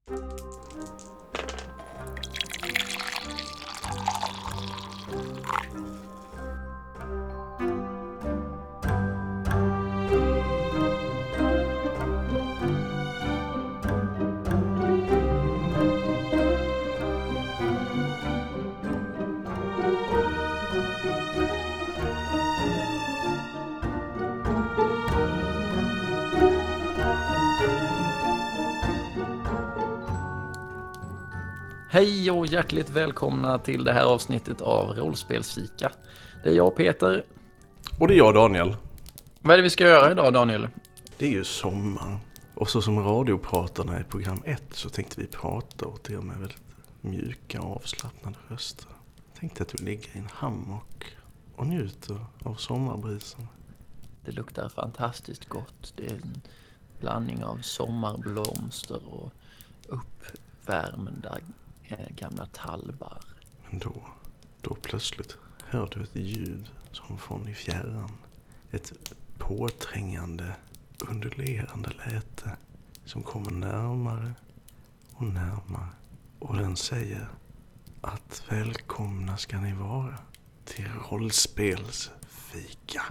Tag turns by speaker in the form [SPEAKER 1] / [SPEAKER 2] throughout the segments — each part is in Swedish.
[SPEAKER 1] Hej och hjärtligt välkomna till det här avsnittet av Rollspelsfika. Det är jag, Peter.
[SPEAKER 2] Och det är jag, Daniel.
[SPEAKER 1] Vad är det vi ska göra idag, Daniel?
[SPEAKER 2] Det är ju sommar. Och så som radiopratarna i program 1 så tänkte vi prata åt er med väldigt mjuka och avslappnade röster. Tänkte att du ligger i en hammock och njuter av sommarbrisen.
[SPEAKER 1] Det luktar fantastiskt gott. Det är en blandning av sommarblomster och uppvärmda gamla tallbar.
[SPEAKER 2] Men då plötsligt hör du ett ljud som från i fjärran. Ett påträngande, undulerande läte som kommer närmare och närmare. Och den säger att välkomna ska ni vara till rollspelsfika.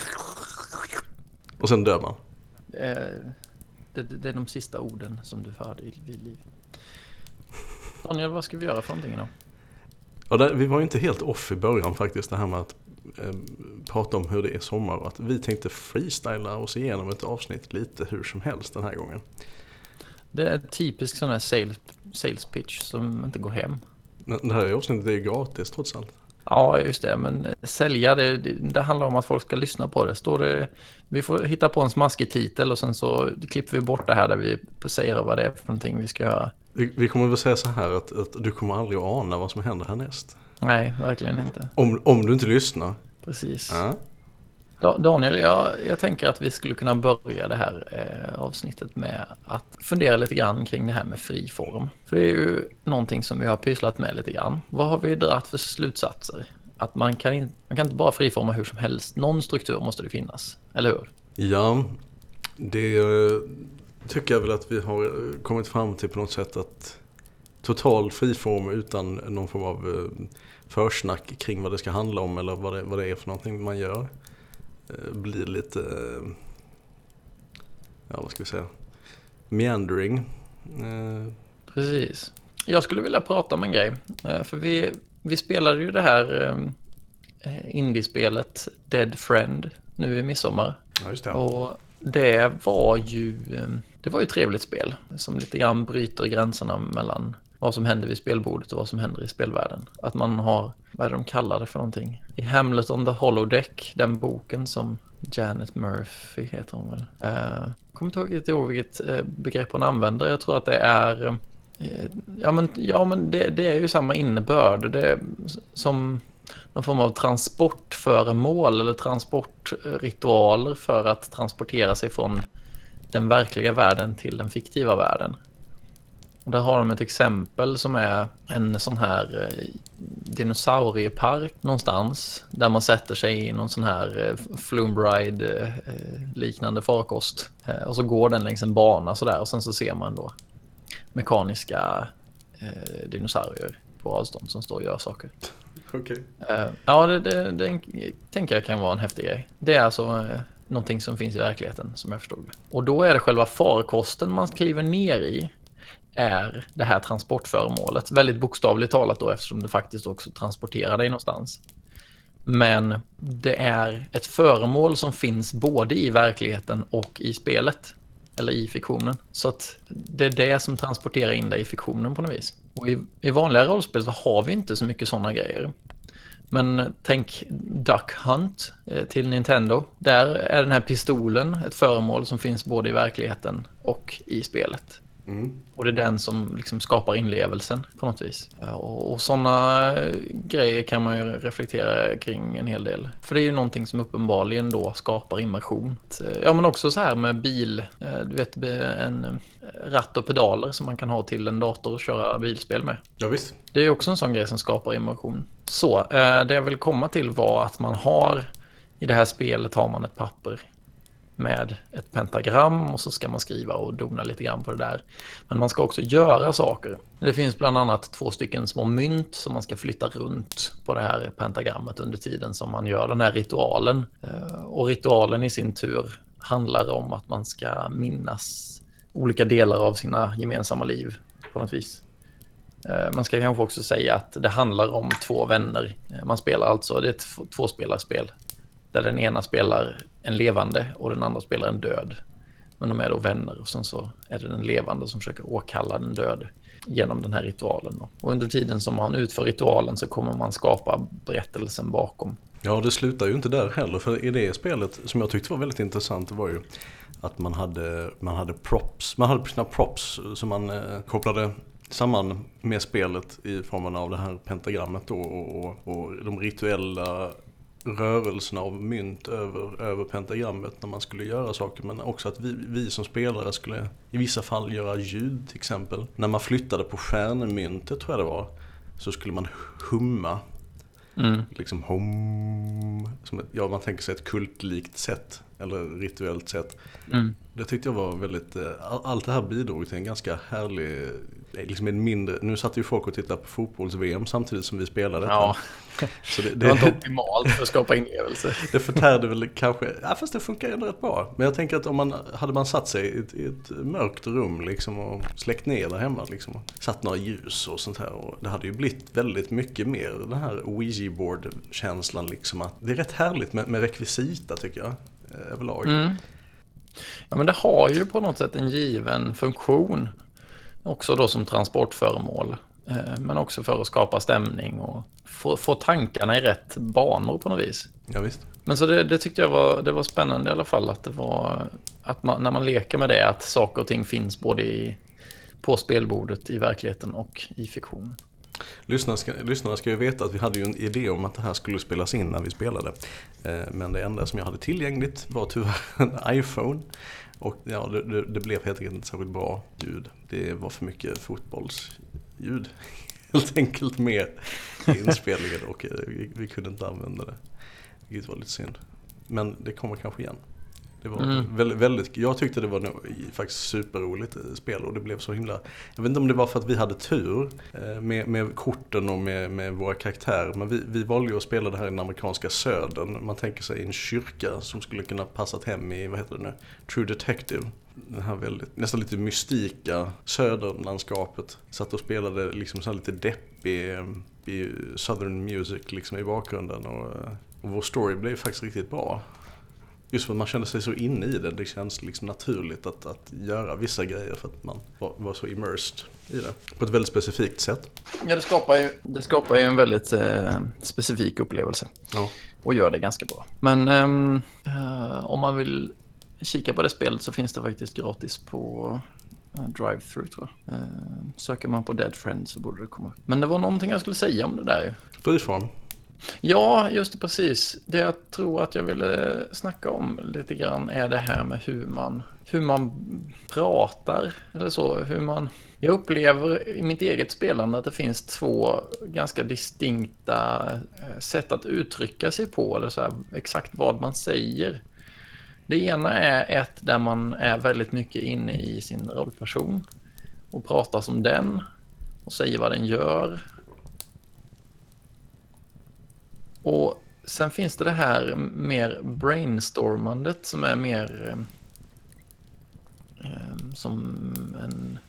[SPEAKER 2] Och sen dör man.
[SPEAKER 1] Det är de sista orden som du hörde i ditt liv. Daniel, vad ska vi göra för någonting idag?
[SPEAKER 2] Ja, vi var ju inte helt off i början faktiskt, det här med att prata om hur det är sommar. Och att vi tänkte freestyla oss igenom ett avsnitt lite hur som helst den här gången. Det
[SPEAKER 1] är typisk sån här sales pitch som inte går hem.
[SPEAKER 2] Det här avsnittet är ju gratis trots allt.
[SPEAKER 1] Ja, just det. Men sälja, det handlar om att folk ska lyssna på det. Vi får hitta på en smaskig titel och sen så klipper vi bort det här där vi säger vad det är för någonting vi ska göra.
[SPEAKER 2] Vi kommer väl säga så här att du kommer aldrig att ana vad som händer härnäst.
[SPEAKER 1] Nej, verkligen inte.
[SPEAKER 2] Om du inte lyssnar.
[SPEAKER 1] Precis.
[SPEAKER 2] Ja.
[SPEAKER 1] Daniel, jag tänker att vi skulle kunna börja det här avsnittet med att fundera lite grann kring det här med friform. För det är ju någonting som vi har pysslat med lite grann. Vad har vi dragit för slutsatser? Att man kan inte bara friforma hur som helst. Någon struktur måste det finnas, eller hur?
[SPEAKER 2] Ja, det tycker jag väl att vi har kommit fram till på något sätt, att total friform utan någon form av försnack kring vad det ska handla om eller vad det är för någonting man gör blir lite, vad ska vi säga, meandering.
[SPEAKER 1] Precis. Jag skulle vilja prata om en grej. För vi spelade ju det här indiespelet Dead Friend nu i midsommar.
[SPEAKER 2] Ja, just det.
[SPEAKER 1] Och det var ju ett trevligt spel som lite grann bryter gränserna mellan vad som händer vid spelbordet och vad som händer i spelvärlden. Att man har, vad är det de kallar det för någonting? I Hamlet on the Holodeck, den boken som Janet Murphy heter hon väl. Kommer inte ihåg vilket begrepp hon använder. Jag tror att det är men det är ju samma innebörd. Det är som någon form av transportföremål eller transportritualer för att transportera sig från den verkliga världen till den fiktiva världen. Och där har de ett exempel som är en sån här dinosauriepark någonstans där man sätter sig i någon sån här Flumbride liknande farkost. Och så går den längs en bana sådär och sen så ser man då mekaniska dinosaurier på avstånd som står och gör saker.
[SPEAKER 2] Okej.
[SPEAKER 1] Ja, det tänker jag kan vara en häftig grej. Det är alltså någonting som finns i verkligheten som jag förstod. Och då är det själva farkosten man kliver ner i är det här transportföremålet. Väldigt bokstavligt talat då, eftersom det faktiskt också transporterar dig någonstans. Men det är ett föremål som finns både i verkligheten och i spelet. Eller i fiktionen. Så att det är det som transporterar in dig i fiktionen på något vis. Och i vanliga rollspel så har vi inte så mycket sådana grejer. Men tänk Duck Hunt till Nintendo. Där är den här pistolen ett föremål som finns både i verkligheten och i spelet. Mm. Och det är den som liksom skapar inlevelsen på något vis. Och sådana grejer kan man ju reflektera kring en hel del. För det är ju någonting som uppenbarligen då skapar immersion. Ja, men också så här med bil. Du vet, en ratt och pedaler som man kan ha till en dator och köra bilspel med.
[SPEAKER 2] Ja, visst.
[SPEAKER 1] Det är ju också en sån grej som skapar immersion. Så, det jag vill komma till var att man har i det här spelet har man ett papper med ett pentagram och så ska man skriva och dona lite grann på det där. Men man ska också göra saker. Det finns bland annat 2 stycken små mynt som man ska flytta runt på det här pentagrammet under tiden som man gör den här ritualen. Och ritualen i sin tur handlar om att man ska minnas olika delar av sina gemensamma liv på något vis. Man ska kanske också säga att det handlar om 2 vänner. Man spelar alltså, det är ett 2-spelarspel där den ena spelar en levande och den andra spelar en död. Men de är då vänner och sen så är det den levande som försöker åkalla den död genom den här ritualen. Och under tiden som man utför ritualen så kommer man skapa berättelsen bakom.
[SPEAKER 2] Ja, det slutar ju inte där heller, för i det spelet som jag tyckte var väldigt intressant var ju att man hade props. Man hade sina props som man kopplade samman med spelet i formen av det här pentagrammet då, och de rituella rörelserna av mynt över pentagrammet när man skulle göra saker, men också att vi som spelare skulle i vissa fall göra ljud till exempel. När man flyttade på stjärnmyntet tror jag det var, så skulle man humma. Liksom man tänker sig ett kultlikt sätt eller rituellt sätt. Det tyckte jag var väldigt, allt det här bidrog till en ganska härlig, liksom en mindre, nu satt ju folk och tittade på fotbolls-VM samtidigt som vi spelade.
[SPEAKER 1] Ja,
[SPEAKER 2] så
[SPEAKER 1] det var inte optimalt för att skapa inlevelse.
[SPEAKER 2] Det förtärde väl kanske, fast det funkar ändå rätt bra. Men jag tänker att hade man satt sig i ett mörkt rum liksom, och släckt ner där hemma liksom, och satt några ljus och sånt här, och det hade ju blivit väldigt mycket mer den här Ouija-board-känslan liksom, att det är rätt härligt med rekvisita tycker jag överlag.
[SPEAKER 1] Ja, men det har ju på något sätt en given funktion också då som transportföremål, men också för att skapa stämning och få tankarna i rätt banor på något vis.
[SPEAKER 2] Ja, visst.
[SPEAKER 1] Men så det tyckte jag var spännande i alla fall, att det var att när man leker med det, att saker och ting finns både på spelbordet i verkligheten och i fiktion.
[SPEAKER 2] Lyssnarna ska ju veta att vi hade ju en idé om att det här skulle spelas in när vi spelade. Men det enda som jag hade tillgängligt var tyvärr en iPhone. Och ja, det blev helt enkelt inte särskilt bra ljud. Det var för mycket fotbollsljud. Helt enkelt med inspelningen, och vi kunde inte använda det. Vilket var lite synd. Men det kommer kanske igen. Det var väldigt, jag tyckte det var faktiskt superroligt spel, och det blev så himla, jag vet inte om det var för att vi hade tur med korten och med våra karaktärer, men vi valde ju att spela det här i den amerikanska södern. Man tänker sig en kyrka som skulle kunna passat hem i, vad heter det nu, True Detective. Den här väldigt, nästan lite mystika söderlandskapet. Satt och spelade liksom så här lite deppig southern music liksom i bakgrunden, och vår story blev faktiskt riktigt bra. Just för att man kände sig så inne i det. Det känns liksom naturligt att göra vissa grejer för att man var så immersed i det. På ett väldigt specifikt sätt.
[SPEAKER 1] Ja, det skapar ju en väldigt specifik upplevelse.
[SPEAKER 2] Ja.
[SPEAKER 1] Och gör det ganska bra. Men om man vill kika på det spelet så finns det faktiskt gratis på Drive-thru tror jag. Söker man på Dead Friends så borde det komma. Men det var någonting jag skulle säga om det där ju.
[SPEAKER 2] Friform.
[SPEAKER 1] Ja, just det, precis. Det jag tror att jag ville snacka om lite grann är det här med hur man pratar eller så. Jag upplever i mitt eget spelande att det finns 2 ganska distinkta sätt att uttrycka sig på, eller så här, exakt vad man säger. Det ena är ett där man är väldigt mycket inne i sin rollperson och pratar som den och säger vad den gör. Och sen finns det här mer brainstormandet som är mer som en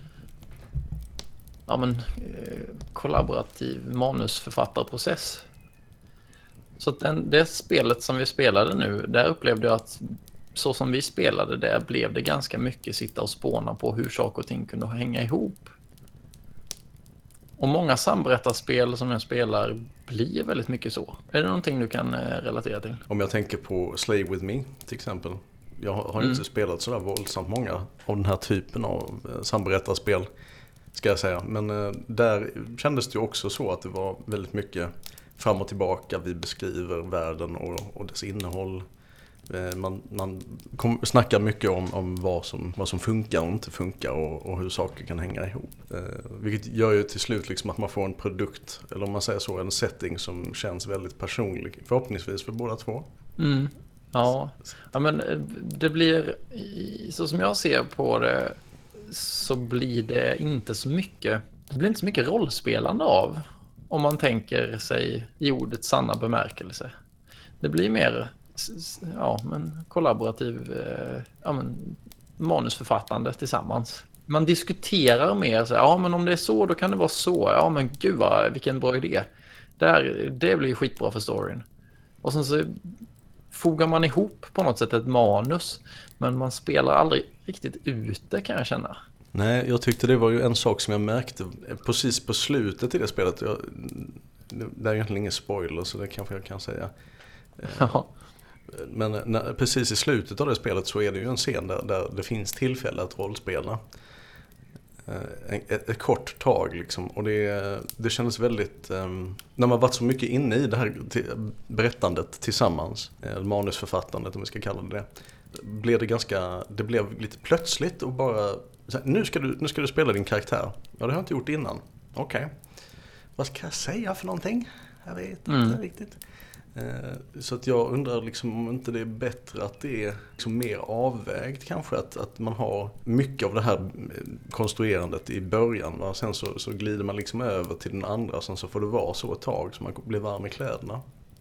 [SPEAKER 1] kollaborativ manusförfattarprocess. Så att det spelet som vi spelade nu, där upplevde jag att så som vi spelade där blev det ganska mycket sitta och spåna på hur saker och ting kunde hänga ihop. Och många samberättarspel som jag spelar blir väldigt mycket så. Är det någonting du kan relatera till?
[SPEAKER 2] Om jag tänker på Slay With Me till exempel. Jag har inte spelat så där våldsamt många av den här typen av samberättarspel, ska jag säga. Men där kändes det ju också så att det var väldigt mycket fram och tillbaka. Vi beskriver världen och dess innehåll. Man snackar mycket om vad som funkar och inte funkar och hur saker kan hänga ihop. Vilket gör ju till slut liksom att man får en produkt, eller om man säger så, en setting som känns väldigt personlig, förhoppningsvis för båda två.
[SPEAKER 1] Ja, men det blir, så som jag ser på det, så blir det inte så mycket, det blir inte så mycket rollspelande av, om man tänker sig i ordets sanna bemärkelse. Det blir mer, ja, men kollaborativ, ja, men manusförfattande tillsammans. Man diskuterar mer så här, ja, men om det är så, då kan det vara så. Ja, men gud vilken bra idé. Det blir skitbra för storyn. Och sen så fogar man ihop på något sätt ett manus, men man spelar aldrig riktigt ut det, kan jag känna.
[SPEAKER 2] Nej, jag tyckte det var ju en sak som jag märkte precis på slutet i det spelet. Det är egentligen ingen spoiler, så det kanske jag kan säga.
[SPEAKER 1] Ja.
[SPEAKER 2] Men precis i slutet av det spelet så är det ju en scen där det finns tillfälle att rollspela. Ett kort tag liksom. Och det kändes väldigt, när man varit så mycket inne i det här berättandet tillsammans, manusförfattandet om vi ska kalla det, det blev lite plötsligt och bara så här, nu ska du spela din karaktär. Ja, det har jag inte gjort innan. Okej. Vad ska jag säga för någonting? Jag vet inte riktigt. Så att jag undrar liksom om inte det är bättre att det är liksom mer avvägt kanske, att man har mycket av det här konstruerandet i början, va? Sen så glider man liksom över till den andra, sen så får det vara så ett tag så man blir varm i kläderna.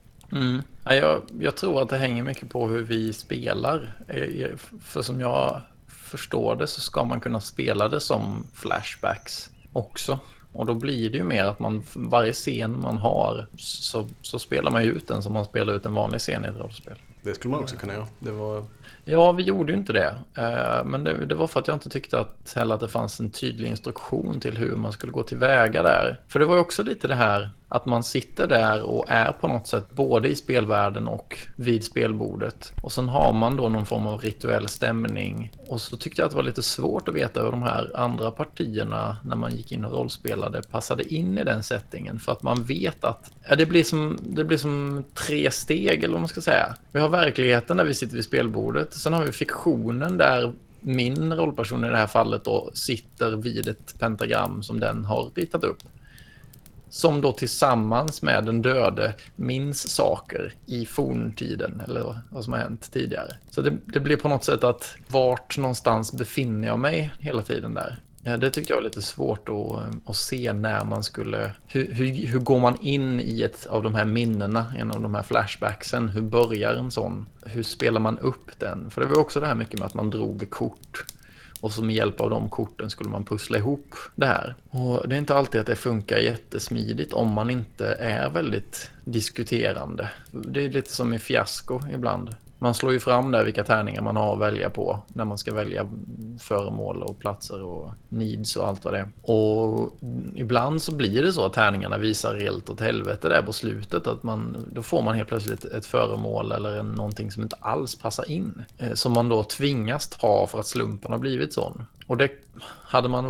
[SPEAKER 1] Jag tror att det hänger mycket på hur vi spelar. För som jag förstår det så ska man kunna spela det som flashbacks också. Och då blir det ju mer att varje scen man har så spelar man ju ut den som man spelar ut en vanlig scen i ett rollspel.
[SPEAKER 2] Det skulle man också kunna göra.
[SPEAKER 1] Ja, vi gjorde ju inte det. Men det var för att jag inte tyckte att det fanns en tydlig instruktion till hur man skulle gå tillväga där. För det var ju också lite det här att man sitter där och är på något sätt både i spelvärlden och vid spelbordet. Och sen har man då någon form av rituell stämning. Och så tyckte jag att det var lite svårt att veta hur de här andra partierna, när man gick in och rollspelade, passade in i den settingen. För att man vet att det blir som 3 steg, eller vad man ska säga. Vi har verkligheten där vi sitter vid spelbordet. Sen har vi fiktionen där min rollperson i det här fallet då sitter vid ett pentagram som den har ritat upp. Som då tillsammans med den döde minns saker i forntiden, eller vad som har hänt tidigare. Så det blir på något sätt att vart någonstans befinner jag mig hela tiden där. Det tyckte jag var lite svårt att se när man skulle... Hur går man in i ett av de här minnena, en av de här flashbacksen? Hur börjar en sån? Hur spelar man upp den? För det var också det här mycket med att man drog kort. Och så med hjälp av de korten skulle man pussla ihop det här. Och det är inte alltid att det funkar jättesmidigt om man inte är väldigt diskuterande. Det är lite som i fiasko ibland. Man slår ju fram där vilka tärningar man har att välja på när man ska välja föremål och platser och needs och allt vad det är. Och ibland så blir det så att tärningarna visar helt åt helvete där på slutet. Att då får man helt plötsligt ett föremål eller någonting som inte alls passar in. Som man då tvingas ta för att slumpen har blivit sån. Och det hade man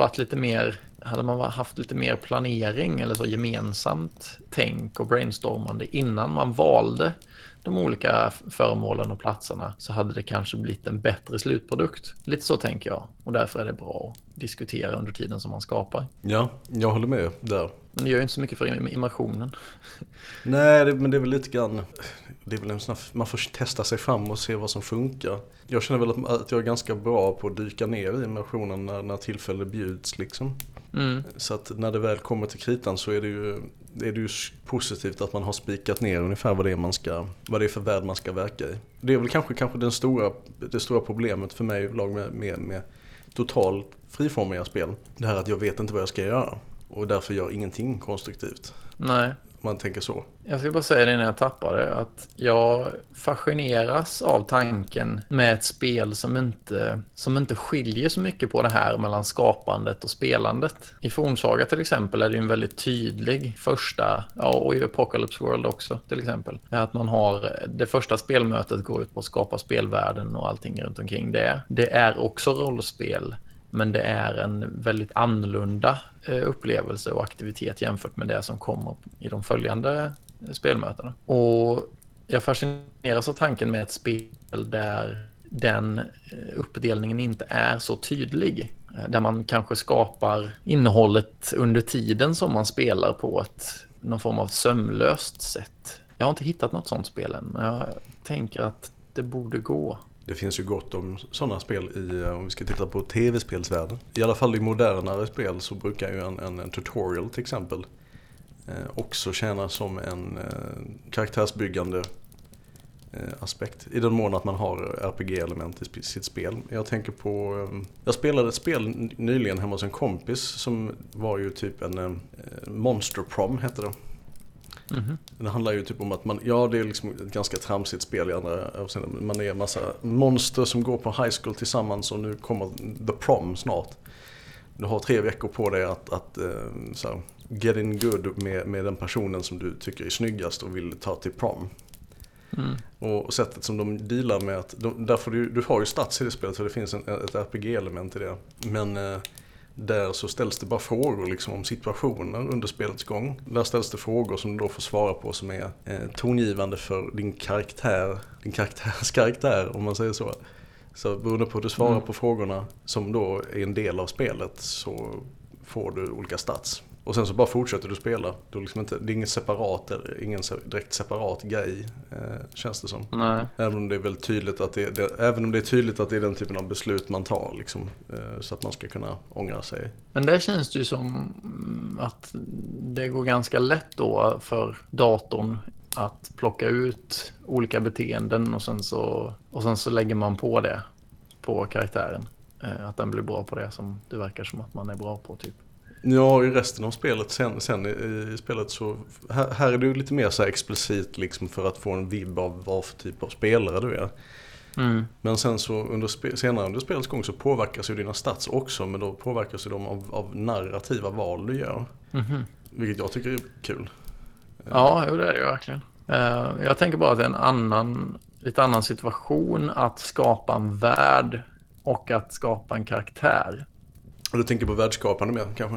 [SPEAKER 1] haft lite mer planering eller så gemensamt tänk och brainstormande innan man valde de olika föremålen och platserna, så hade det kanske blivit en bättre slutprodukt. Lite så tänker jag. Och därför är det bra att diskutera under tiden som man skapar.
[SPEAKER 2] Ja, jag håller med där.
[SPEAKER 1] Men det gör ju inte så mycket för immersionen.
[SPEAKER 2] Nej, men det är väl lite grann... Det är väl man får testa sig fram och se vad som funkar. Jag känner väl att jag är ganska bra på att dyka ner i immersionen när tillfälle bjuds liksom. Så att när det väl kommer till kritan så är det ju positivt att man har spikat ner ungefär vad det är för värld man ska verka i. Det är väl kanske det stora problemet för mig med totalt friformiga spel. Det här att jag vet inte vad jag ska göra och därför gör ingenting konstruktivt.
[SPEAKER 1] Nej.
[SPEAKER 2] Man tänker så.
[SPEAKER 1] Jag ska bara säga det när jag tappar det, att jag fascineras av tanken med ett spel som inte skiljer så mycket på det här mellan skapandet och spelandet. I Fornsaga till exempel är det ju en väldigt tydlig första, och i Apocalypse World också till exempel, att man har det första spelmötet går ut på att skapa spelvärlden och allting runt omkring det. Det är också rollspel. Men det är en väldigt annorlunda upplevelse och aktivitet jämfört med det som kommer i de följande spelmötena. Och jag fascineras av tanken med ett spel där den uppdelningen inte är så tydlig. Där man kanske skapar innehållet under tiden som man spelar på någon form av sömlöst sätt. Jag har inte hittat något sånt spel än, men jag tänker att det borde gå.
[SPEAKER 2] Det finns ju gott om sådana spel om vi ska titta på tv-spelsvärlden. I alla fall i modernare spel så brukar ju en tutorial till exempel också tjäna som en karaktärsbyggande aspekt. I den mån att man har RPG-element i sitt spel. Jag tänker på... jag spelade ett spel nyligen hemma hos en kompis som var ju typ en Monster Prom hette det. Mm-hmm. Det handlar ju typ om att det är liksom ett ganska tramsigt spel i andra avseenden. Man är en massa monster som går på high school tillsammans och nu kommer the prom snart. Du har 3 veckor på dig att så här, get in good med den personen som du tycker är snyggast och vill ta till prom. Mm. Och sättet som de dealar med att därför du har ju stats i det spelet så det finns ett RPG-element i det. Men där så ställs det bara frågor liksom om situationer under spelets gång. Där ställs det frågor som du då får svara på som är tongivande för din karaktärs karaktär, om man säger så. Så beroende på hur du svarar på frågorna som då är en del av spelet så får du olika stats. Och sen så bara fortsätter du spela. Det är ingen separat eller ingen direkt separat grej, känns det som. Nej. Även om det är väl tydligt att även om det är tydligt att det är den typen av beslut man tar liksom, så att man ska kunna ångra sig.
[SPEAKER 1] Men det känns det ju som att det går ganska lätt då för datorn att plocka ut olika beteenden och sen så lägger man på det på karaktären. Att den blir bra på det som det verkar som att man är bra på typ.
[SPEAKER 2] Ja, i resten av spelet sen i spelet så här är det ju lite mer så här explicit liksom för att få en vibb av vad för typ av spelare du är. Mm. Men sen så senare under spelets gång så påverkas ju dina stats också, men då påverkas ju de av narrativa val du gör. Mm-hmm. Vilket jag tycker är kul.
[SPEAKER 1] Ja, det är det ju verkligen. Jag tänker bara att det är en lite annan situation att skapa en värld och att skapa en karaktär.
[SPEAKER 2] Och du tänker på världsskapande mer kanske?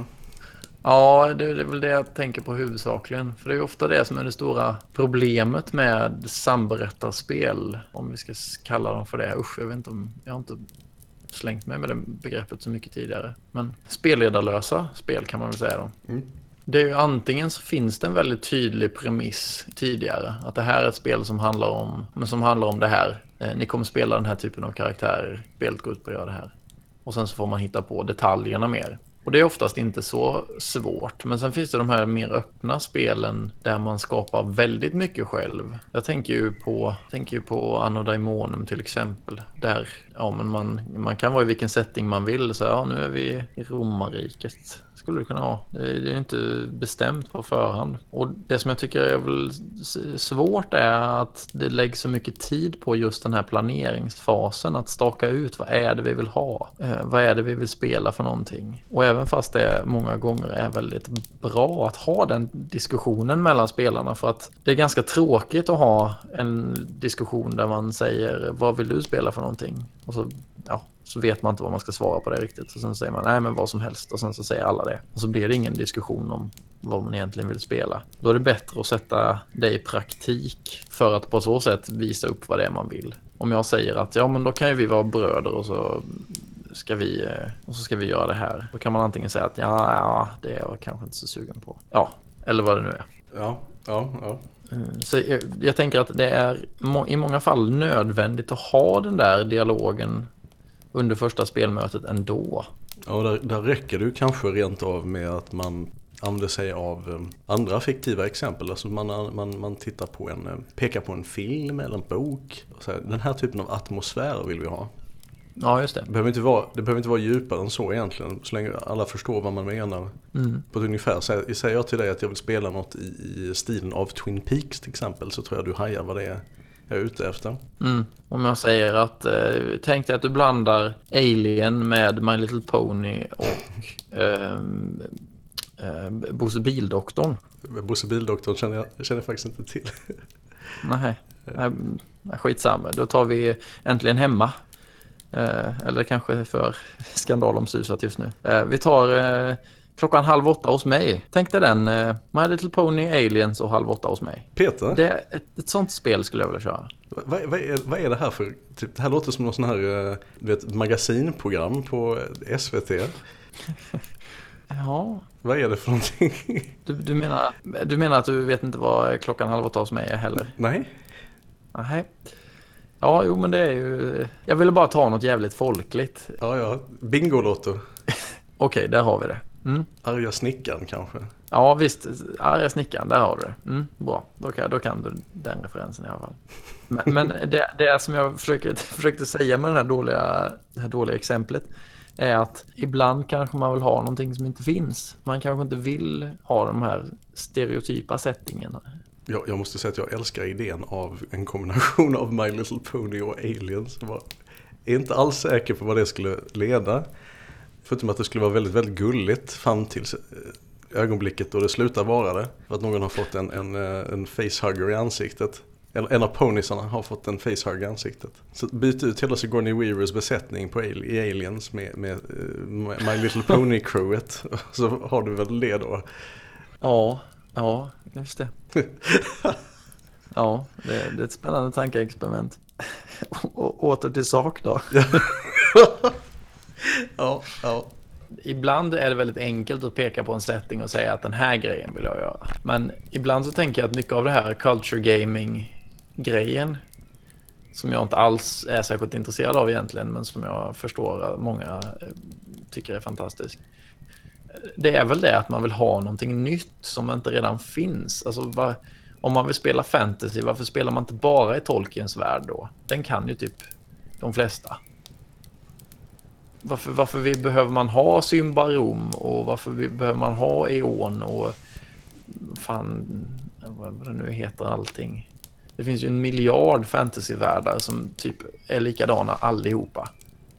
[SPEAKER 1] Ja, det är väl det jag tänker på huvudsakligen. För det är ofta det som är det stora problemet med samberättarspel. Om vi ska kalla dem för det. Usch, jag har inte slängt mig med det begreppet så mycket tidigare. Men spelledarlösa spel kan man väl säga då. Mm. Det är ju antingen så finns det en väldigt tydlig premiss tidigare. Att det här är ett spel som handlar om det här. Ni kommer spela den här typen av karaktärer. Spelet går ut på att göra det här. Och sen så får man hitta på detaljerna mer. Och det är oftast inte så svårt. Men sen finns det de här mer öppna spelen där man skapar väldigt mycket själv. Jag tänker ju på Anno Daimonem till exempel. Där men man kan vara i vilken setting man vill. Så nu är vi i romarriket. Skulle det kunna vara. Det är inte bestämt på förhand. Och det som jag tycker är väl svårt är att det läggs så mycket tid på just den här planeringsfasen. Att staka ut vad är det vi vill ha. Vad är det vi vill spela för någonting. Och även fast det många gånger är väldigt bra att ha den diskussionen mellan spelarna. För att det är ganska tråkigt att ha en diskussion där man säger vad vill du spela för någonting. Och så vet man inte vad man ska svara på det riktigt. Och sen säger man nej men vad som helst. Och sen så säger alla det. Och så blir det ingen diskussion om vad man egentligen vill spela. Då är det bättre att sätta det i praktik. För att på så sätt visa upp vad det är man vill. Om jag säger att men då kan ju vi vara bröder och så ska vi göra det här. Då kan man antingen säga att det är jag kanske inte så sugen på. Ja, eller vad det nu är.
[SPEAKER 2] Ja.
[SPEAKER 1] Så jag tänker att det är i många fall nödvändigt att ha den där dialogen under första spelmötet ändå.
[SPEAKER 2] Ja, där räcker det ju kanske rent av med att man använder sig av andra fiktiva exempel. Alltså man tittar på pekar på en film eller en bok. Och så här, den här typen av atmosfär vill vi ha.
[SPEAKER 1] Ja, just det.
[SPEAKER 2] Det behöver inte vara djupare än så egentligen. Så länge alla förstår vad man menar. På ett ungefär. Säger jag till dig att jag vill spela något i stilen av Twin Peaks till exempel, så tror jag du hajar vad det är jag är ute efter.
[SPEAKER 1] Om jag säger att tänk dig att du blandar Alien med My Little Pony och Bosse Bildoktorn.
[SPEAKER 2] Bosse Bildoktorn känner jag faktiskt inte till.
[SPEAKER 1] Nej, skitsamma. Då tar vi Äntligen hemma. Eller kanske för skandalomsusat just nu. Vi tar 7:30 hos mig. Tänk dig den. My Little Pony, Aliens och 7:30 hos mig.
[SPEAKER 2] Peter?
[SPEAKER 1] Det är ett sånt spel skulle jag vilja köra.
[SPEAKER 2] Vad är det här för... Typ, det här låter som någon sån här magasinprogram på SVT.
[SPEAKER 1] Ja.
[SPEAKER 2] Vad är det för någonting?
[SPEAKER 1] Du menar att du vet inte vad 7:30 hos mig är heller?
[SPEAKER 2] Nej.
[SPEAKER 1] Nej. Ja, jo men det är ju... Jag ville bara ta något jävligt folkligt.
[SPEAKER 2] Ja. Bingolotto.
[SPEAKER 1] Okej, där har vi det.
[SPEAKER 2] Arga snickaren kanske.
[SPEAKER 1] Ja, visst. Arga snickaren, där har du det. Bra, då kan du den referensen i alla fall. Men det som jag försökte säga med det här dåliga exemplet är att ibland kanske man vill ha någonting som inte finns. Man kanske inte vill ha de här stereotypa settingarna.
[SPEAKER 2] Jag måste säga att jag älskar idén av en kombination av My Little Pony och Aliens. Jag är inte alls säker på vad det skulle leda. Förutom att det skulle vara väldigt, väldigt gulligt fram till ögonblicket då det slutar vara det. För att någon har fått en facehugger i ansiktet. En av ponysarna har fått en facehugger i ansiktet. Så byt ut hela Sigourney Weavers besättning i Aliens med My Little Pony-crewet. Så har du väl det då.
[SPEAKER 1] Ja, just det. Ja, det är ett spännande tankeexperiment. Åter till sak då.
[SPEAKER 2] Ja.
[SPEAKER 1] Ibland är det väldigt enkelt att peka på en setting och säga att den här grejen vill jag göra. Men ibland så tänker jag att mycket av det här culture gaming-grejen, som jag inte alls är särskilt intresserad av egentligen, men som jag förstår att många tycker är fantastiskt. Det är väl det att man vill ha någonting nytt som inte redan finns. Alltså, om man vill spela fantasy, varför spelar man inte bara i Tolkiens värld då? Den kan ju typ de flesta. Varför behöver man ha Symbarom och varför behöver man ha Eon och fan, vad det nu heter allting. Det finns ju 1 miljard fantasyvärldar som typ är likadana allihopa.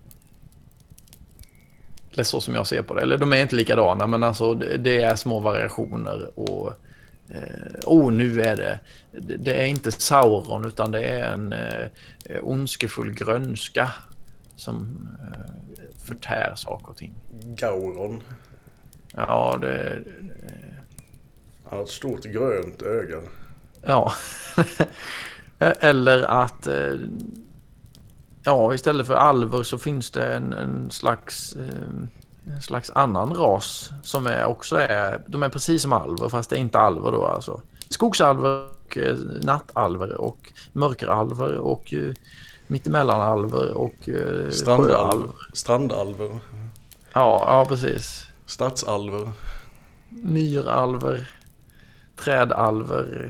[SPEAKER 1] Det är så som jag ser på det. Eller de är inte likadana, men alltså det är små variationer och nu är det är inte Sauron utan det är en ondskefull grönska som förtär saker och ting.
[SPEAKER 2] Gauron.
[SPEAKER 1] Ja,
[SPEAKER 2] Han har ett stort grönt öga.
[SPEAKER 1] Ja. Eller att istället för alver så finns det en slags annan ras som de är precis som alver fast det är inte alver då alltså. Skogsalver och nattalver och mörkeralver och mittemellanalver och
[SPEAKER 2] Strandalver.
[SPEAKER 1] Ja, precis.
[SPEAKER 2] Stadsalver.
[SPEAKER 1] Myralver, trädalver,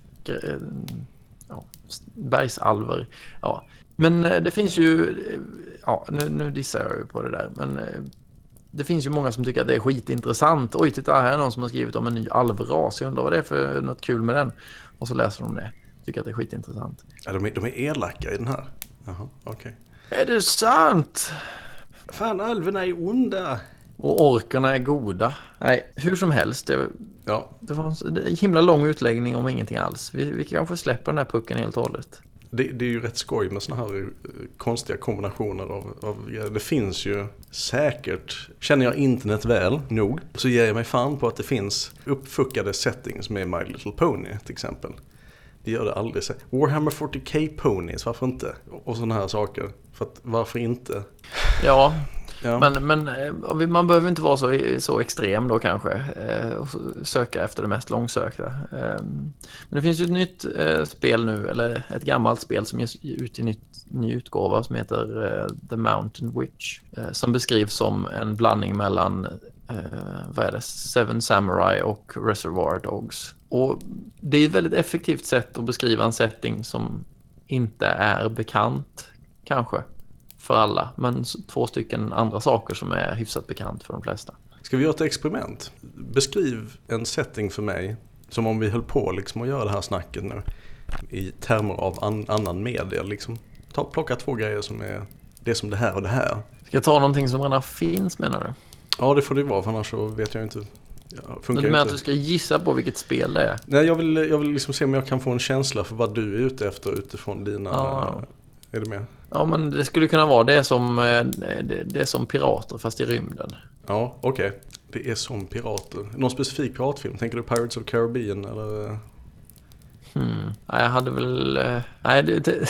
[SPEAKER 1] bergsalver. Ja. Men det finns ju, nu dissar jag ju på det där, men det finns ju många som tycker att det är skitintressant. Oj, titta, här är någon som har skrivit om en ny alvras. Jag undrar vad det är för något kul med den. Och så läser de det. Tycker att det är skitintressant.
[SPEAKER 2] Ja, de är elaka i den här. Jaha, okej.
[SPEAKER 1] Är det sant?
[SPEAKER 2] Fan, alverna är onda.
[SPEAKER 1] Och orkerna är goda. Nej, hur som helst. Det var en himla lång utläggning om ingenting alls. Vi kanske släpper den här pucken helt och hållet.
[SPEAKER 2] Det är ju rätt skoj med såna här konstiga kombinationer av det finns ju säkert, känner jag internet väl nog, så ger jag mig fan på att det finns uppfuckade settings med My Little Pony till exempel. Det gör det aldrig. Warhammer 40K Ponies, varför inte? Och såna här saker. För att, varför inte?
[SPEAKER 1] Ja. Men man behöver inte vara så extrem då kanske och söka efter det mest långsökta. Men det finns ju ett nytt spel nu, eller ett gammalt spel som ges ut i ny utgåva som heter The Mountain Witch, som beskrivs som en blandning mellan Seven Samurai och Reservoir Dogs. Och det är ett väldigt effektivt sätt att beskriva en setting som inte är bekant kanske för alla, men 2 stycken andra saker som är hyfsat bekant för de flesta.
[SPEAKER 2] Ska vi göra ett experiment? Beskriv en setting för mig som om vi höll på liksom att göra det här snacket nu i termer av annan media liksom. Plocka 2 grejer som är det som det här och det här.
[SPEAKER 1] Ska jag ta någonting som redan finns, menar du?
[SPEAKER 2] Ja, det får det vara, för annars så vet jag inte.
[SPEAKER 1] Men du menar att du ska gissa på vilket spel det är?
[SPEAKER 2] Nej, jag vill liksom se om jag kan få en känsla för vad du är ute efter utifrån dina...
[SPEAKER 1] Ja.
[SPEAKER 2] Är du med?
[SPEAKER 1] Ja, men det skulle kunna vara det är som pirater fast i rymden.
[SPEAKER 2] Ja, okej. Det är som pirater. Någon specifik piratfilm? Tänker du Pirates of Caribbean eller?
[SPEAKER 1] Nej, jag hade väl... Nej,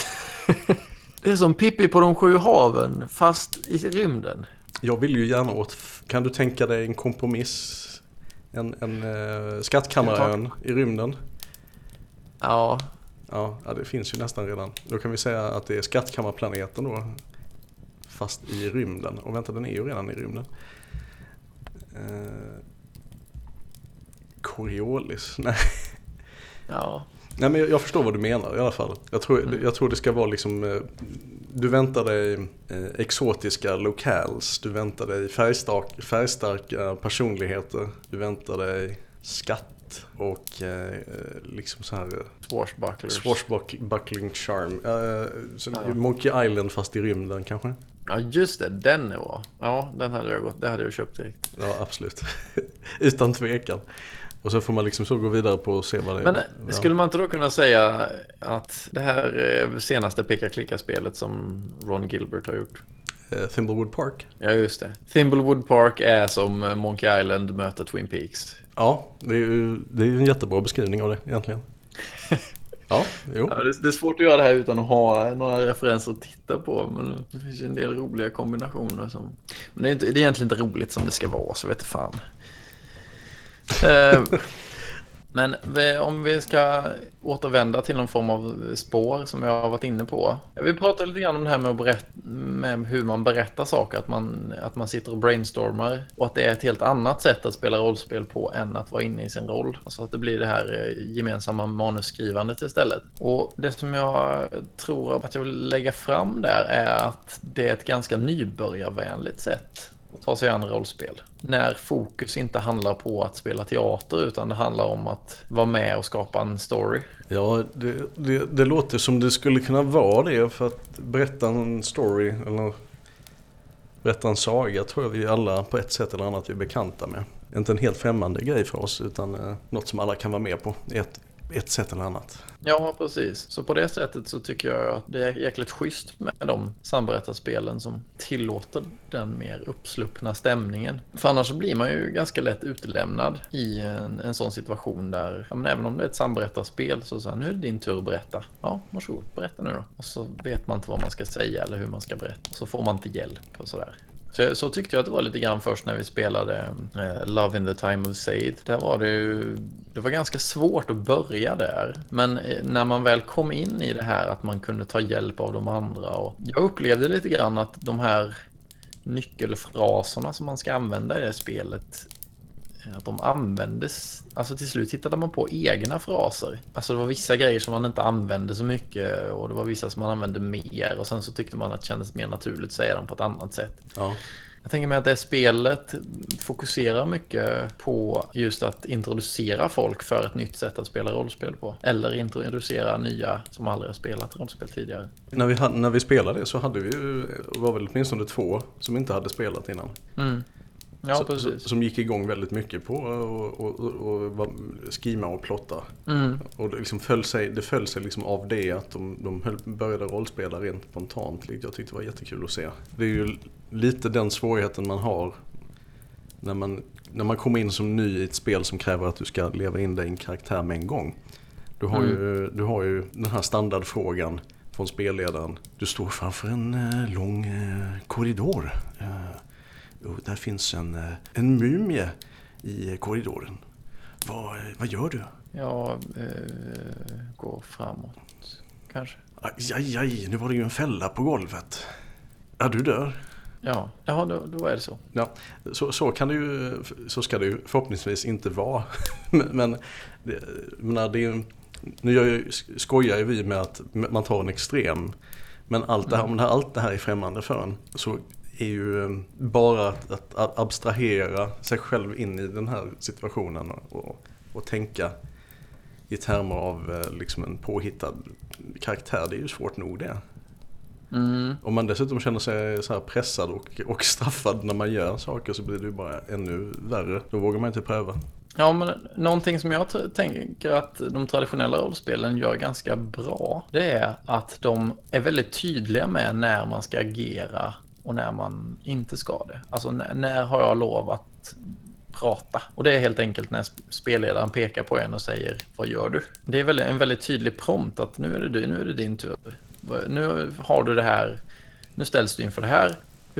[SPEAKER 1] det är som Pippi på de 7 haven fast i rymden.
[SPEAKER 2] Jag vill ju gärna kan du tänka dig en kompromiss? En skattkammarön i rymden?
[SPEAKER 1] Ja.
[SPEAKER 2] Ja, det finns ju nästan redan. Då kan vi säga att det är Skattkammarplaneten då. Fast i rymden. Och vänta, den är ju redan i rymden. Coriolis, nej.
[SPEAKER 1] Ja.
[SPEAKER 2] Nej, men jag förstår vad du menar i alla fall. Jag tror det ska vara liksom... Du väntar dig exotiska locals. Du väntar dig färgstarka personligheter. Du väntar dig skatt och liksom så här... Swashbuckling charm. Monkey Island fast i rymden kanske.
[SPEAKER 1] Ja, just det. Den är bra. Ja, det hade jag köpt direkt.
[SPEAKER 2] Ja, absolut. Utan tvekan. Och så får man liksom så gå vidare på och se vad det är.
[SPEAKER 1] Men skulle man inte då kunna säga att det här är senaste peka-klicka-spelet som Ron Gilbert har gjort?
[SPEAKER 2] Thimblewood Park.
[SPEAKER 1] Ja, just det. Thimblewood Park är som Monkey Island möter Twin Peaks.
[SPEAKER 2] Ja, det är ju en jättebra beskrivning av det egentligen. Ja, jo.
[SPEAKER 1] Ja, det är svårt att göra det här utan att ha några referenser att titta på. Men det finns en del roliga kombinationer. Men det är egentligen inte roligt som det ska vara, så vet jag fan. Men om vi ska återvända till någon form av spår som jag har varit inne på. Vi pratade lite grann om det här med hur man berättar saker. Att man sitter och brainstormar. Och att det är ett helt annat sätt att spela rollspel på än att vara inne i sin roll. Alltså att det blir det här gemensamma manusskrivandet istället. Och det som jag tror att jag vill lägga fram där är att det är ett ganska nybörjarvänligt sätt att ta sig an rollspel. När fokus inte handlar på att spela teater utan det handlar om att vara med och skapa en story.
[SPEAKER 2] Ja, det låter som det skulle kunna vara det, för att berätta en story eller berätta en saga tror jag vi alla på ett sätt eller annat är bekanta med. Inte en helt främmande grej för oss utan något som alla kan vara med på ett sätt eller annat.
[SPEAKER 1] Ja, precis. Så på det sättet så tycker jag att det är jäkligt schysst med de samberättarspelen som tillåter den mer uppsluppna stämningen. För annars så blir man ju ganska lätt utelämnad i en sån situation där, ja, men även om det är ett samberättarspel så nu är det din tur att berätta. Ja, varsågod, berätta nu då. Och så vet man inte vad man ska säga eller hur man ska berätta. Så får man inte hjälp och sådär. Så tyckte jag att det var lite grann först när vi spelade Love in the Time of Said. Där var det var ganska svårt att börja där. Men när man väl kom in i det här att man kunde ta hjälp av de andra. Och jag upplevde lite grann att de här nyckelfraserna som man ska använda i det spelet, att de användes, alltså till slut hittade man på egna fraser. Alltså det var vissa grejer som man inte använde så mycket och det var vissa som man använde mer och sen så tyckte man att det kändes mer naturligt att säga dem på ett annat sätt.
[SPEAKER 2] Ja.
[SPEAKER 1] Jag tänker mig att det spelet fokuserar mycket på just att introducera folk för ett nytt sätt att spela rollspel på. Eller introducera nya som aldrig har spelat rollspel tidigare.
[SPEAKER 2] När vi spelade det så hade vi ju, var väl åtminstone 2 som inte hade spelat innan.
[SPEAKER 1] Mm. Ja, precis.
[SPEAKER 2] Som gick igång väldigt mycket på och skima och plotta.
[SPEAKER 1] Mm.
[SPEAKER 2] Och det liksom föll sig liksom av det att de började rollspela rent spontant. Jag tyckte det var jättekul att se. Det är ju lite den svårigheten man har när man kommer in som ny i ett spel som kräver att du ska leva in dig i en karaktär med en gång. Du har ju den här standardfrågan från spelledaren. Du står framför en lång korridor. Och där finns en mumie i korridoren. Vad gör du?
[SPEAKER 1] Jag går framåt, kanske.
[SPEAKER 2] Aj, nu var det ju en fälla på golvet. Ja, du dör.
[SPEAKER 1] Ja, då är det så.
[SPEAKER 2] Ja, så ska det ju förhoppningsvis inte vara. Men nu skojar ju vi med att man tar en extrem. Men allt det här är främmande för en. Så är ju bara att abstrahera sig själv in i den här situationen och tänka i termer av liksom en påhittad karaktär. Det är ju svårt nog det.
[SPEAKER 1] Mm.
[SPEAKER 2] Om man dessutom känner sig så här pressad och straffad när man gör saker så blir det ju bara ännu värre. Då vågar man inte pröva.
[SPEAKER 1] Ja, men någonting som jag tänker att de traditionella rollspelen gör ganska bra, det är att de är väldigt tydliga med när man ska agera och när man inte ska det. Alltså när har jag lov att prata? Och det är helt enkelt när spelledaren pekar på en och säger, vad gör du? Det är en väldigt tydlig prompt att nu är det din tur. Nu har du det här, nu ställs du inför det här.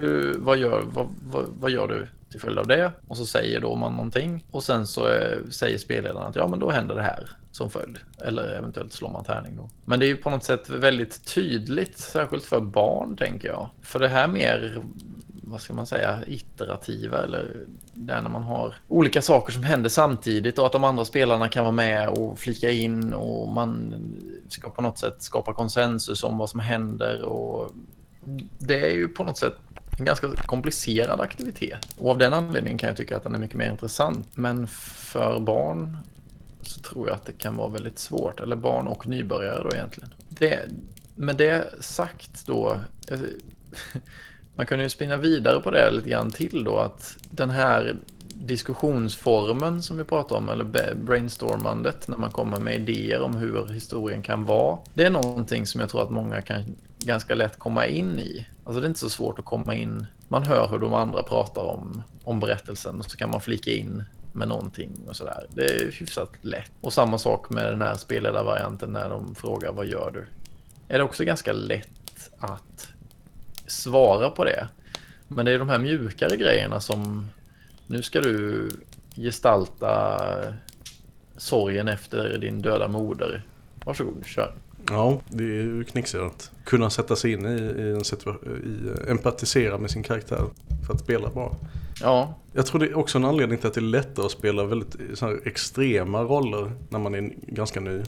[SPEAKER 1] Vad gör du till följd av det? Och så säger då man någonting. Och sen så säger spelledaren att ja, men då händer det här. som följd. Eller eventuellt slår man tärning då. Men det är ju på något sätt väldigt tydligt, särskilt för barn tänker jag. För det här mer, vad ska man säga, iterativa eller där när man har olika saker som händer samtidigt och att de andra spelarna kan vara med och flika in och man ska på något sätt skapa konsensus om vad som händer och det är ju på något sätt en ganska komplicerad aktivitet. Och av den anledningen kan jag tycka att den är mycket mer intressant. Men för barn så tror jag att det kan vara väldigt svårt. Eller barn och nybörjare då egentligen. Med det sagt då, man kan ju spinna vidare på det lite grann till då, att den här diskussionsformen som vi pratar om, eller brainstormandet när man kommer med idéer om hur historien kan vara, det är någonting som jag tror att många kan ganska lätt komma in i. Alltså det är inte så svårt att komma in, man hör hur de andra pratar om berättelsen och så kan man flika in med någonting och sådär. Det är hyfsat lätt. Och samma sak med den här spelledarvarianten när de frågar vad gör du? Är det också ganska lätt att svara på det. Men det är de här mjukare grejerna som nu ska du gestalta sorgen efter din döda moder. Varsågod, kör.
[SPEAKER 2] Ja, det är ju knixigt att kunna sätta sig in i en empatisera med sin karaktär för att spela bra.
[SPEAKER 1] Ja.
[SPEAKER 2] Jag tror det är också en anledning till att det är lättare att spela väldigt så här extrema roller när man är ganska ny.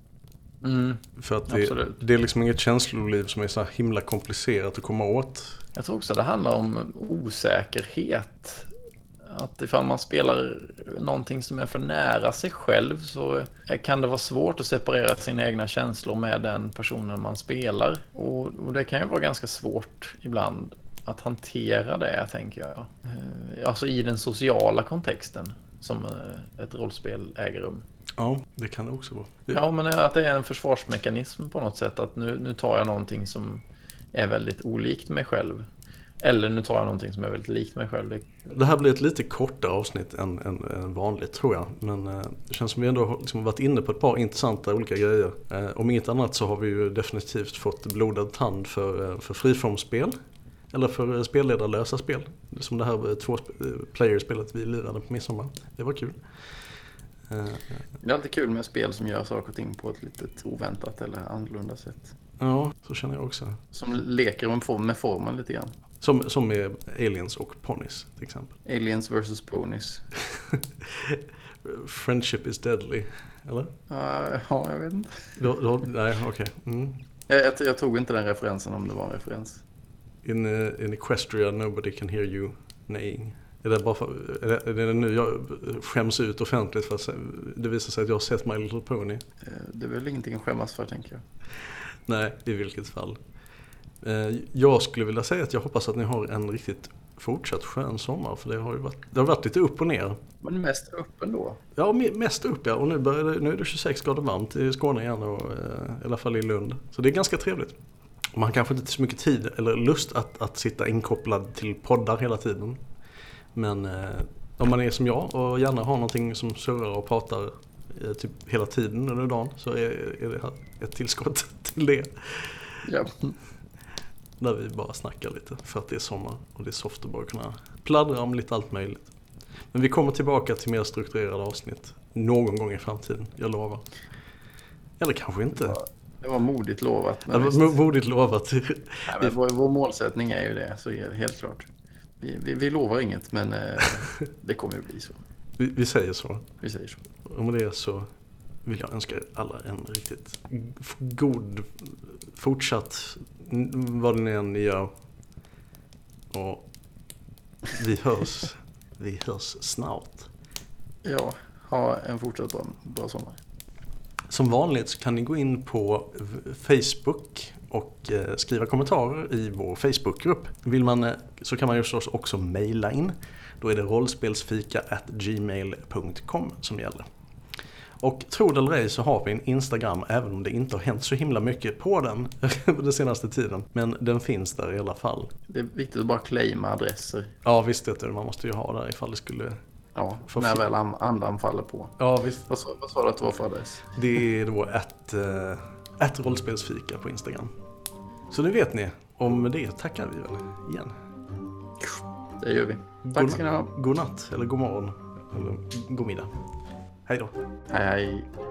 [SPEAKER 2] För att det är liksom inget känsloliv som är så här himla komplicerat att komma åt.
[SPEAKER 1] Jag tror också det handlar om osäkerhet. Att ifall man spelar någonting som är för nära sig själv så kan det vara svårt att separera sina egna känslor med den personen man spelar. Och det kan ju vara ganska svårt ibland att hantera det, tänker jag. Alltså i den sociala kontexten som ett rollspel äger rum.
[SPEAKER 2] Ja, det kan det också vara.
[SPEAKER 1] Ja, men att det är en försvarsmekanism på något sätt. Att nu tar jag någonting som är väldigt olikt mig själv. Eller nu tar jag någonting som är väldigt likt mig själv.
[SPEAKER 2] Det här blir ett lite kortare avsnitt än vanligt, tror jag. Men det känns som vi ändå har liksom varit inne på ett par intressanta olika grejer. Om inget annat så har vi ju definitivt fått blodad tand för friformsspel. Eller för spelledarlösa spel. Som det här 2-player-spelet vi lirade på midsommar. Det var kul.
[SPEAKER 1] Det är alltid kul med spel som gör saker och ting på ett lite oväntat eller annorlunda sätt.
[SPEAKER 2] Ja, så känner jag också.
[SPEAKER 1] Som leker med formen lite grann.
[SPEAKER 2] Som med Aliens och Ponies till exempel.
[SPEAKER 1] Aliens versus Ponies.
[SPEAKER 2] Friendship is deadly, eller?
[SPEAKER 1] Ja, jag vet inte.
[SPEAKER 2] Nej, okej. Mm.
[SPEAKER 1] Jag tog inte den referensen om det var en referens.
[SPEAKER 2] In Equestria, nobody can hear you neighing. Är det nu jag skäms ut offentligt för att det visar sig att jag har sett My Little Pony?
[SPEAKER 1] Det är väl ingenting att skämmas för, tänker jag.
[SPEAKER 2] Nej, i vilket fall. Jag skulle vilja säga att jag hoppas att ni har en riktigt fortsatt skön sommar. För det har varit lite upp och ner.
[SPEAKER 1] Men mest upp ändå?
[SPEAKER 2] Ja, mest upp, ja. Och nu är det 26 grader varmt i Skåne igen och i alla fall i Lund. Så det är ganska trevligt. Man har kanske inte så mycket tid eller lust att sitta inkopplad till poddar hela tiden. Men om man är som jag och gärna har någonting som surrar och pratar typ hela tiden under dagen så är det här ett tillskott till det.
[SPEAKER 1] Ja.
[SPEAKER 2] Där vi bara snackar lite för att det är sommar och det är soft att bara kunna pladdra om lite allt möjligt. Men vi kommer tillbaka till mer strukturerade avsnitt någon gång i framtiden, jag lovar. Eller kanske inte.
[SPEAKER 1] Det var modigt lovat.
[SPEAKER 2] Det var modigt lovat.
[SPEAKER 1] Ja, men vår målsättning är ju det, så är det helt klart. Vi lovar inget, men det kommer ju bli så.
[SPEAKER 2] Vi säger så.
[SPEAKER 1] Vi säger så.
[SPEAKER 2] Och med det så vill jag önska alla en riktigt god fortsatt vad ni än gör. Och vi hörs snart.
[SPEAKER 1] Ja, ha en fortsatt bra sommar.
[SPEAKER 2] Som vanligt så kan ni gå in på Facebook och skriva kommentarer i vår Facebookgrupp. Vill man så kan man ju förstås också mejla in. Då är det rollspelsfika@gmail.com som gäller. Och tro det eller ej så har vi en Instagram, även om det inte har hänt så himla mycket på den den senaste tiden. Men den finns där i alla fall.
[SPEAKER 1] Det är viktigt att bara claima adresser.
[SPEAKER 2] Ja, visst vet du, man måste ju ha där ifall det skulle...
[SPEAKER 1] Ja, när väl andan faller på.
[SPEAKER 2] Ja, visst.
[SPEAKER 1] Vad sa du att det var för adress?
[SPEAKER 2] Det är då ett rollspelsfika på Instagram. Så nu vet ni. Om det tackar vi väl igen.
[SPEAKER 1] Det gör vi. Tack ska ni ha.
[SPEAKER 2] God natt, eller god morgon, eller god middag. Hej då.
[SPEAKER 1] Hej hej.